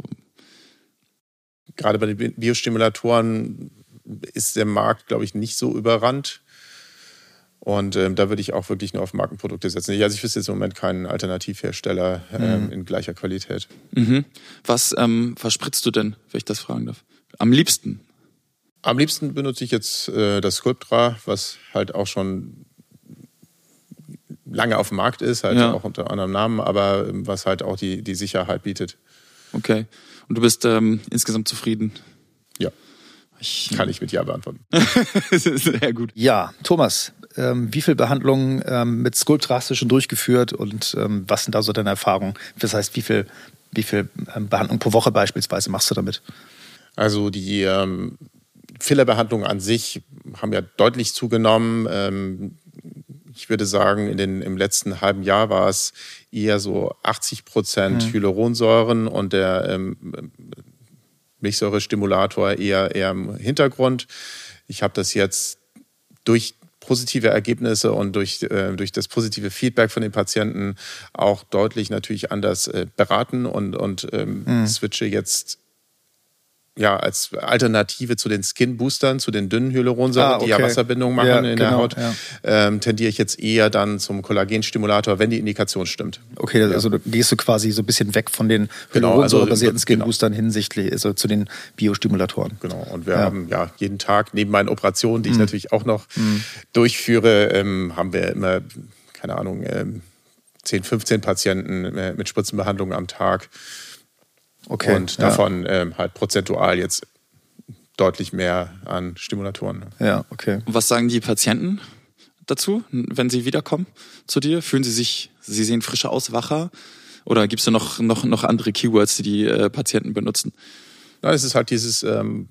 Gerade bei den Biostimulatoren ist der Markt, glaube ich, nicht so überrannt. Und ähm, da würde ich auch wirklich nur auf Markenprodukte setzen. Also ich wüsste jetzt im Moment keinen Alternativhersteller ähm, mhm. in gleicher Qualität. Mhm. Was ähm, verspritzt du denn, wenn ich das fragen darf? Am liebsten? Am liebsten benutze ich jetzt äh, das Sculptra, was halt auch schon lange auf dem Markt ist, halt ja. auch unter anderem Namen, aber ähm, was halt auch die, die Sicherheit bietet. Okay. Und du bist ähm, insgesamt zufrieden? Ja. Ich, Kann ich mit Ja beantworten. Sehr gut. Ja, Thomas, ähm, wie viele Behandlungen ähm, mit Sculptra hast du schon durchgeführt und ähm, was sind da so deine Erfahrungen? Das heißt, wie viel, wie viel ähm, Behandlungen pro Woche beispielsweise machst du damit? Also die ähm, Fillerbehandlungen an sich haben ja deutlich zugenommen. Ähm, ich würde sagen, in den, im letzten halben Jahr war es eher so achtzig Prozent hm. Hyaluronsäuren und der ähm, Milchsäurestimulator eher, eher im Hintergrund. Ich habe das jetzt durch positive Ergebnisse und durch, äh, durch das positive Feedback von den Patienten auch deutlich natürlich anders äh, beraten und, und ähm, mhm. switche jetzt ja als Alternative zu den Skin-Boostern, zu den dünnen Hyaluronsäuren, ah, okay. die ja Wasserbindung machen ja, in genau, der Haut, ja. ähm, tendiere ich jetzt eher dann zum Kollagenstimulator, wenn die Indikation stimmt. Okay, also ja. gehst du quasi so ein bisschen weg von den hyaluronsäurebasierten also, Skin-Boostern genau. hinsichtlich also zu den Biostimulatoren. Genau, und wir ja. haben ja jeden Tag neben meinen Operationen, die ich mhm. natürlich auch noch mhm. durchführe, ähm, haben wir immer, keine Ahnung, ähm, zehn, fünfzehn Patienten äh, mit Spritzenbehandlungen am Tag. Okay, und davon ja. ähm, halt prozentual jetzt deutlich mehr an Stimulatoren. Ja, okay. Und was sagen die Patienten dazu, wenn sie wiederkommen zu dir? Fühlen sie sich, sie sehen frischer aus, wacher? Oder gibt es da noch, noch, noch andere Keywords, die die äh, Patienten benutzen? Na, es ist halt dieses, ähm,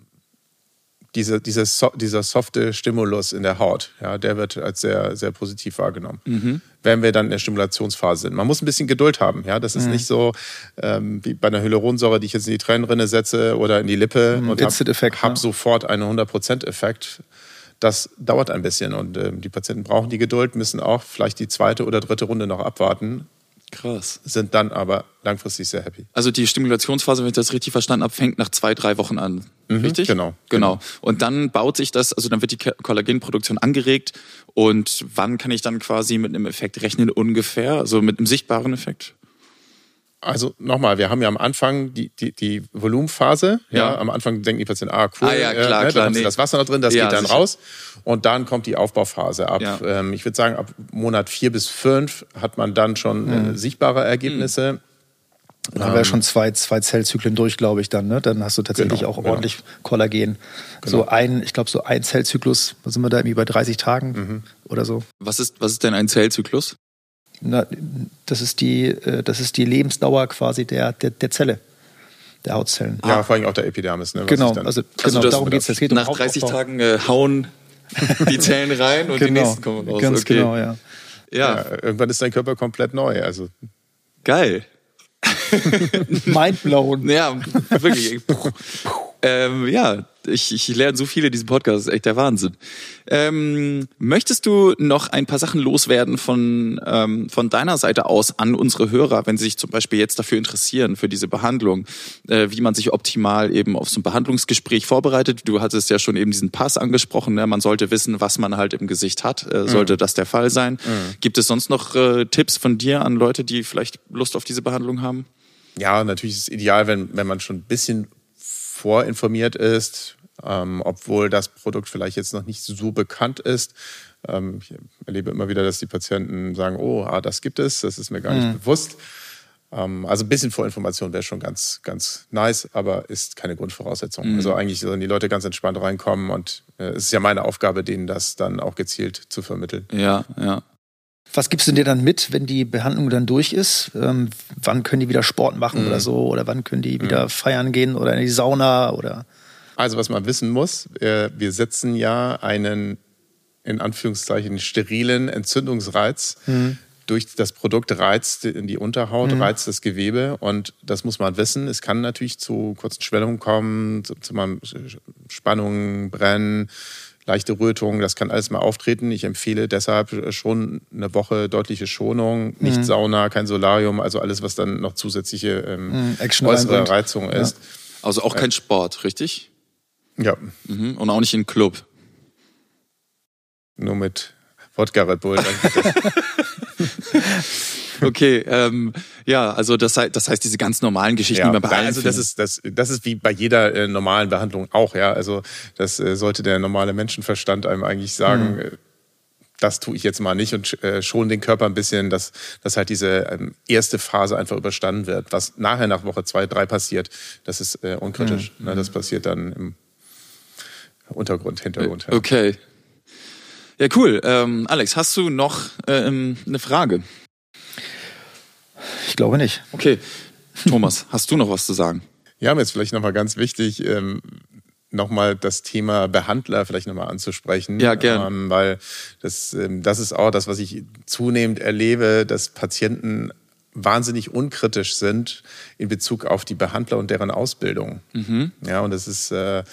diese, dieser, so, dieser softe Stimulus in der Haut. Ja, der wird als sehr, sehr positiv wahrgenommen. Mhm. Wenn wir dann in der Stimulationsphase sind. Man muss ein bisschen Geduld haben. Ja? Das ist mhm. nicht so ähm, wie bei einer Hyaluronsäure, die ich jetzt in die Tränenrinne setze oder in die Lippe mhm. und habe hab ja. sofort einen hundert Prozent Effekt. Das dauert ein bisschen und ähm, die Patienten brauchen die Geduld, müssen auch vielleicht die zweite oder dritte Runde noch abwarten. Krass. Sind dann aber langfristig sehr happy. Also die Stimulationsphase, wenn ich das richtig verstanden habe, fängt nach zwei, drei Wochen an. Mhm, richtig? Genau, genau. Genau. Und dann baut sich das, also dann wird die Kollagenproduktion angeregt. Und wann kann ich dann quasi mit einem Effekt rechnen ungefähr? Also mit einem sichtbaren Effekt? Also nochmal, wir haben ja am Anfang die, die, die Volumenphase. Ja. ja. Am Anfang denken die Patienten, ah cool, ah, ja, klar, äh, ne, klar, da haben nee. sie das Wasser noch drin, das ja, geht dann sicher. raus. Und dann kommt die Aufbauphase. Ab, ja. ähm, ich würde sagen, ab Monat vier bis fünf hat man dann schon mhm. äh, sichtbare Ergebnisse. Mhm. Dann haben wir ja schon zwei, zwei Zellzyklen durch, glaube ich, dann. Ne? Dann hast du tatsächlich genau, auch ordentlich genau. Kollagen. Genau. So ein, ich glaube, so ein Zellzyklus, was sind wir da irgendwie bei dreißig Tagen mhm. oder so. Was ist, was ist denn ein Zellzyklus? Na, das ist die, das ist die Lebensdauer quasi der, der, der Zelle, der Hautzellen. Ja, ah. vor allem auch der Epidermis. Ne, genau, dann, also, genau also darum geht es. Geht um nach dreißig Tagen äh, hauen die Zellen rein und genau, die nächsten kommen raus. Ganz okay. genau, ja. Ja. ja. Irgendwann ist dein Körper komplett neu. Also. Geil. Mindblown. Ja, wirklich. ähm, ja, ich, ich lerne so viele diesen Podcast, das ist echt der Wahnsinn. Ähm, möchtest du noch ein paar Sachen loswerden von, ähm, von deiner Seite aus an unsere Hörer, wenn sie sich zum Beispiel jetzt dafür interessieren, für diese Behandlung, äh, wie man sich optimal eben auf so ein Behandlungsgespräch vorbereitet? Du hattest ja schon eben diesen Pass angesprochen, ne? Man sollte wissen, was man halt im Gesicht hat, äh, sollte mhm. das der Fall sein. Mhm. Gibt es sonst noch äh, Tipps von dir an Leute, die vielleicht Lust auf diese Behandlung haben? Ja, natürlich ist es ideal, wenn, wenn man schon ein bisschen vorinformiert ist, ähm, obwohl das Produkt vielleicht jetzt noch nicht so bekannt ist. Ähm, ich erlebe immer wieder, dass die Patienten sagen, oh, ah, das gibt es, das ist mir gar nicht mhm. bewusst. Ähm, also ein bisschen Vorinformation wäre schon ganz, ganz nice, aber ist keine Grundvoraussetzung. Mhm. Also eigentlich sollen die Leute ganz entspannt reinkommen und äh, es ist ja meine Aufgabe, denen das dann auch gezielt zu vermitteln. Ja, ja. Was gibst du dir dann mit, wenn die Behandlung dann durch ist? Ähm, wann können die wieder Sport machen mhm. oder so? Oder wann können die wieder mhm. feiern gehen oder in die Sauna? Oder? Also was man wissen muss, äh, wir setzen ja einen, in Anführungszeichen, sterilen Entzündungsreiz mhm. durch das Produkt, reizt in die Unterhaut, mhm. reizt das Gewebe. Und das muss man wissen. Es kann natürlich zu kurzen Schwellungen kommen, zu, zu Spannungen, Brennen, leichte Rötungen, das kann alles mal auftreten. Ich empfehle deshalb schon eine Woche deutliche Schonung, nicht mhm. Sauna, kein Solarium, also alles, was dann noch zusätzliche ähm, mhm. äußere Reizung ja. ist. Also auch kein äh, Sport, richtig? Ja. Mhm. Und auch nicht in Club? Nur mit Wodka Red Bull. Okay, ähm, ja, also das heißt, das heißt diese ganz normalen Geschichten, ja, die man bei allen also das ist das, das ist wie bei jeder äh, normalen Behandlung auch, ja. Also das äh, sollte der normale Menschenverstand einem eigentlich sagen. Mhm. Das tue ich jetzt mal nicht und äh, schon den Körper ein bisschen, dass, dass halt diese ähm, erste Phase einfach überstanden wird. Was nachher nach Woche zwei, drei passiert, das ist äh, unkritisch. Mhm. Ne, das passiert dann im Untergrund, Hintergrund. Ja. Okay. Ja, cool. Ähm, Alex, hast du noch ähm, eine Frage? Ich glaube nicht. Okay. Thomas, hast du noch was zu sagen? Ja, mir ist vielleicht nochmal ganz wichtig, ähm, nochmal das Thema Behandler vielleicht nochmal anzusprechen. Ja, gerne. Ähm, weil das, ähm, das ist auch das, was ich zunehmend erlebe, dass Patienten wahnsinnig unkritisch sind in Bezug auf die Behandler und deren Ausbildung. Mhm. Ja, und das ist... Äh,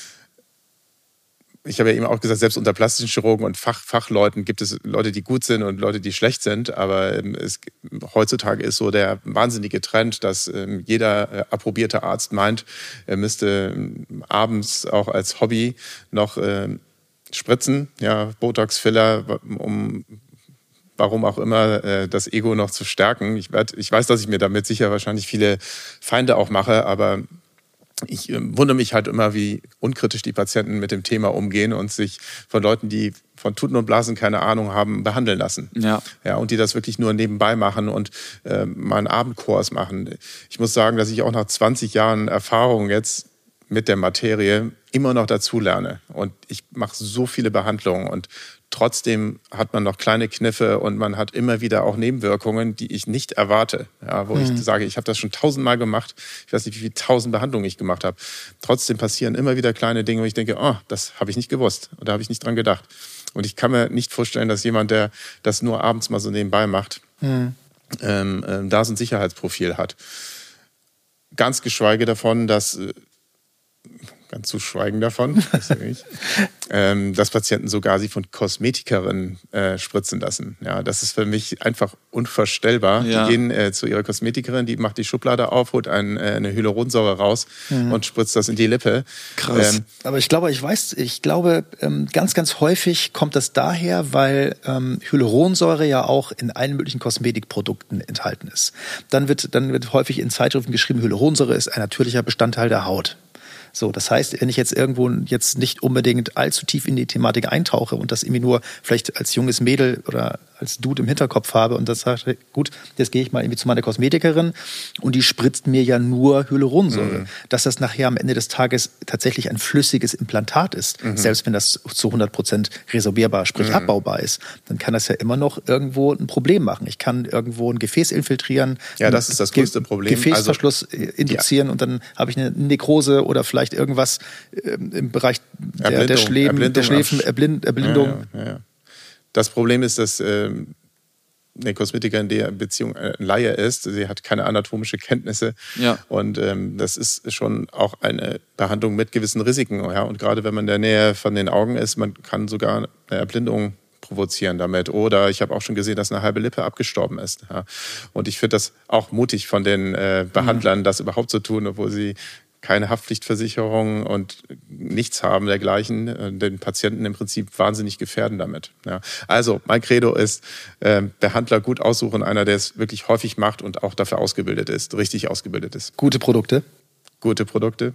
Ich habe ja eben auch gesagt, selbst unter plastischen Chirurgen und Fach, Fachleuten gibt es Leute, die gut sind und Leute, die schlecht sind. Aber ähm, es, heutzutage ist so der wahnsinnige Trend, dass ähm, jeder äh, approbierte Arzt meint, er müsste ähm, abends auch als Hobby noch äh, spritzen, ja, Botox, Filler, um warum auch immer äh, das Ego noch zu stärken. Ich, werd, ich weiß, dass ich mir damit sicher wahrscheinlich viele Feinde auch mache, aber ich äh, wundere mich halt immer, wie unkritisch die Patienten mit dem Thema umgehen und sich von Leuten, die von Tuten und Blasen keine Ahnung haben, behandeln lassen. Ja. Ja, und die das wirklich nur nebenbei machen und äh, mal einen Abendkurs machen. Ich muss sagen, dass ich auch nach zwanzig Jahren Erfahrung jetzt mit der Materie immer noch dazulerne. Und ich mache so viele Behandlungen und trotzdem hat man noch kleine Kniffe und man hat immer wieder auch Nebenwirkungen, die ich nicht erwarte. Ja, wo mhm. ich sage, ich habe das schon tausendmal gemacht. Ich weiß nicht, wie viele tausend Behandlungen ich gemacht habe. Trotzdem passieren immer wieder kleine Dinge, wo ich denke, oh, das habe ich nicht gewusst. Und da habe ich nicht dran gedacht. Und ich kann mir nicht vorstellen, dass jemand, der das nur abends mal so nebenbei macht, mhm. ähm, ähm, da so ein Sicherheitsprofil hat. Ganz geschweige davon, dass... ganz zu schweigen davon, ähm, dass Patienten sogar sie von Kosmetikerinnen äh, spritzen lassen. Ja, das ist für mich einfach unvorstellbar. Ja. Die gehen äh, zu ihrer Kosmetikerin, die macht die Schublade auf, holt ein, äh, eine Hyaluronsäure raus mhm. und spritzt das in die Lippe. Krass. Ähm, Aber ich glaube, ich weiß, ich glaube, ähm, ganz, ganz häufig kommt das daher, weil ähm, Hyaluronsäure ja auch in allen möglichen Kosmetikprodukten enthalten ist. Dann wird, dann wird häufig in Zeitschriften geschrieben, Hyaluronsäure ist ein natürlicher Bestandteil der Haut. So, das heißt, wenn ich jetzt irgendwo jetzt nicht unbedingt allzu tief in die Thematik eintauche und das irgendwie nur vielleicht als junges Mädel oder als Dude im Hinterkopf habe und das sage, gut, jetzt gehe ich mal irgendwie zu meiner Kosmetikerin und die spritzt mir ja nur Hyaluronsäure. Mhm. Dass das nachher am Ende des Tages tatsächlich ein flüssiges Implantat ist, mhm. selbst wenn das zu hundert Prozent resorbierbar, sprich mhm. abbaubar ist, dann kann das ja immer noch irgendwo ein Problem machen. Ich kann irgendwo ein Gefäß infiltrieren, ja, das ist das größte Problem. Gefäßverschluss also, induzieren ja. und dann habe ich eine Nekrose oder vielleicht irgendwas im Bereich der, der, Schleben, der Schläfen, Erblind, Erblindung. Ja, ja, ja. Das Problem ist, dass ähm, eine Kosmetikerin in der Beziehung ein Laie ist. Sie hat keine anatomischen Kenntnisse. Ja. Und ähm, das ist schon auch eine Behandlung mit gewissen Risiken. Ja? Und gerade wenn man in der Nähe von den Augen ist, man kann sogar eine Erblindung provozieren damit. Oder ich habe auch schon gesehen, dass eine halbe Lippe abgestorben ist. Ja? Und ich finde das auch mutig von den äh, Behandlern, mhm. das überhaupt zu tun, obwohl sie keine Haftpflichtversicherung und nichts haben dergleichen, den Patienten im Prinzip wahnsinnig gefährden damit. Ja. Also mein Credo ist, äh, Behandler gut aussuchen, einer, der es wirklich häufig macht und auch dafür ausgebildet ist, richtig ausgebildet ist. Gute Produkte? Gute Produkte.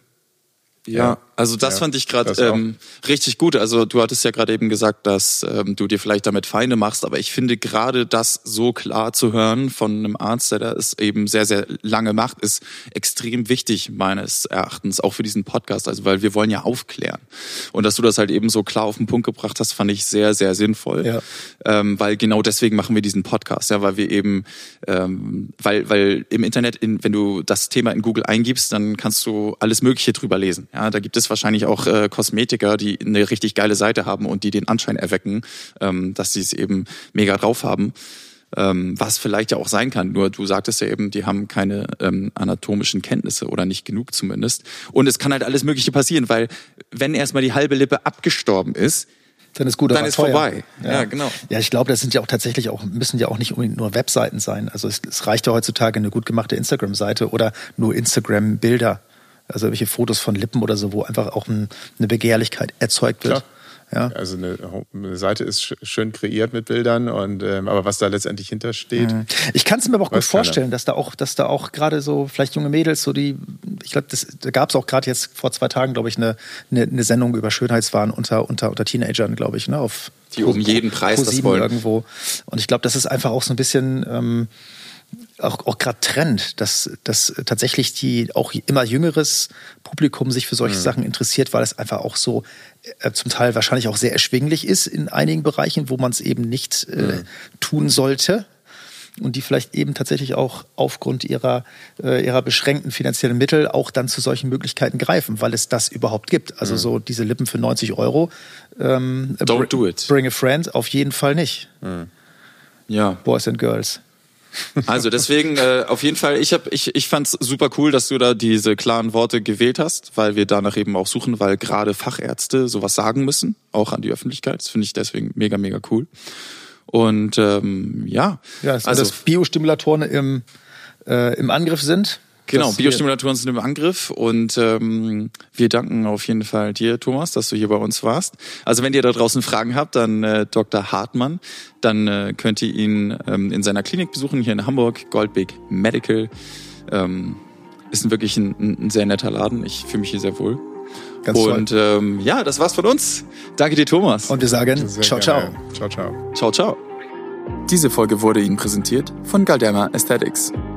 Ja, also das ja, fand ich gerade ähm, richtig gut. Also du hattest ja gerade eben gesagt, dass ähm, du dir vielleicht damit Feinde machst, aber ich finde gerade das so klar zu hören von einem Arzt, der das eben sehr, sehr lange macht, ist extrem wichtig meines Erachtens, auch für diesen Podcast, also weil wir wollen ja aufklären. Und dass du das halt eben so klar auf den Punkt gebracht hast, fand ich sehr, sehr sinnvoll, ja. ähm, weil genau deswegen machen wir diesen Podcast, ja, weil wir eben, ähm, weil weil im Internet, in, wenn du das Thema in Google eingibst, dann kannst du alles Mögliche drüber lesen. Ja, da gibt es wahrscheinlich auch äh, Kosmetiker, die eine richtig geile Seite haben und die den Anschein erwecken, ähm, dass sie es eben mega drauf haben. Ähm, was vielleicht ja auch sein kann. Nur du sagtest ja eben, die haben keine ähm, anatomischen Kenntnisse oder nicht genug zumindest. Und es kann halt alles Mögliche passieren, weil wenn erstmal die halbe Lippe abgestorben ist, dann ist gut, dann ist teuer. vorbei. Ja. ja, genau. Ja, ich glaube, das sind ja auch tatsächlich auch, müssen ja auch nicht unbedingt nur Webseiten sein. Also es, es reicht ja heutzutage eine gut gemachte Instagram-Seite oder nur Instagram-Bilder. Also welche Fotos von Lippen oder so, wo einfach auch ein, eine Begehrlichkeit erzeugt wird. Ja. Also eine, eine Seite ist schön kreiert mit Bildern, und ähm, aber was da letztendlich hintersteht. Ich kann es mir aber auch gut vorstellen, dass da auch, dass da auch gerade so vielleicht junge Mädels, so die, ich glaube, da gab es auch gerade jetzt vor zwei Tagen, glaube ich, eine, eine, eine Sendung über Schönheitswahn unter unter unter Teenagern, glaube ich, ne, auf die um jeden Preis das wollen irgendwo. Und ich glaube, das ist einfach auch so ein bisschen ähm, auch, auch gerade Trend, dass, dass tatsächlich die auch immer jüngeres Publikum sich für solche mhm. Sachen interessiert, weil es einfach auch so äh, zum Teil wahrscheinlich auch sehr erschwinglich ist in einigen Bereichen, wo man es eben nicht äh, mhm. tun sollte. Und die vielleicht eben tatsächlich auch aufgrund ihrer, äh, ihrer beschränkten finanziellen Mittel auch dann zu solchen Möglichkeiten greifen, weil es das überhaupt gibt. Also mhm. so diese Lippen für neunzig Euro. Ähm, Don't do it. Bring a friend, auf jeden Fall nicht. Mhm. Ja. Boys and Girls. Also deswegen äh, auf jeden Fall, ich hab, ich, ich fand's super cool, dass du da diese klaren Worte gewählt hast, weil wir danach eben auch suchen, weil gerade Fachärzte sowas sagen müssen, auch an die Öffentlichkeit. Das finde ich deswegen mega, mega cool. Und ähm, ja, ja also, also dass Biostimulatoren im, äh, im Angriff sind. Genau, Biostimulatoren sind im Angriff und ähm, wir danken auf jeden Fall dir, Thomas, dass du hier bei uns warst. Also wenn ihr da draußen Fragen habt, dann äh, Doktor Hartmann, dann äh, könnt ihr ihn ähm, in seiner Klinik besuchen, hier in Hamburg, Goldbeck Medical. Ähm, ist wirklich ein, ein sehr netter Laden, ich fühle mich hier sehr wohl. Ganz und ähm, ja, das war's von uns. Danke dir, Thomas. Und wir sagen ciao, ciao. Ciao, ciao. Ciao, ciao. Diese Folge wurde Ihnen präsentiert von Galderma Aesthetics.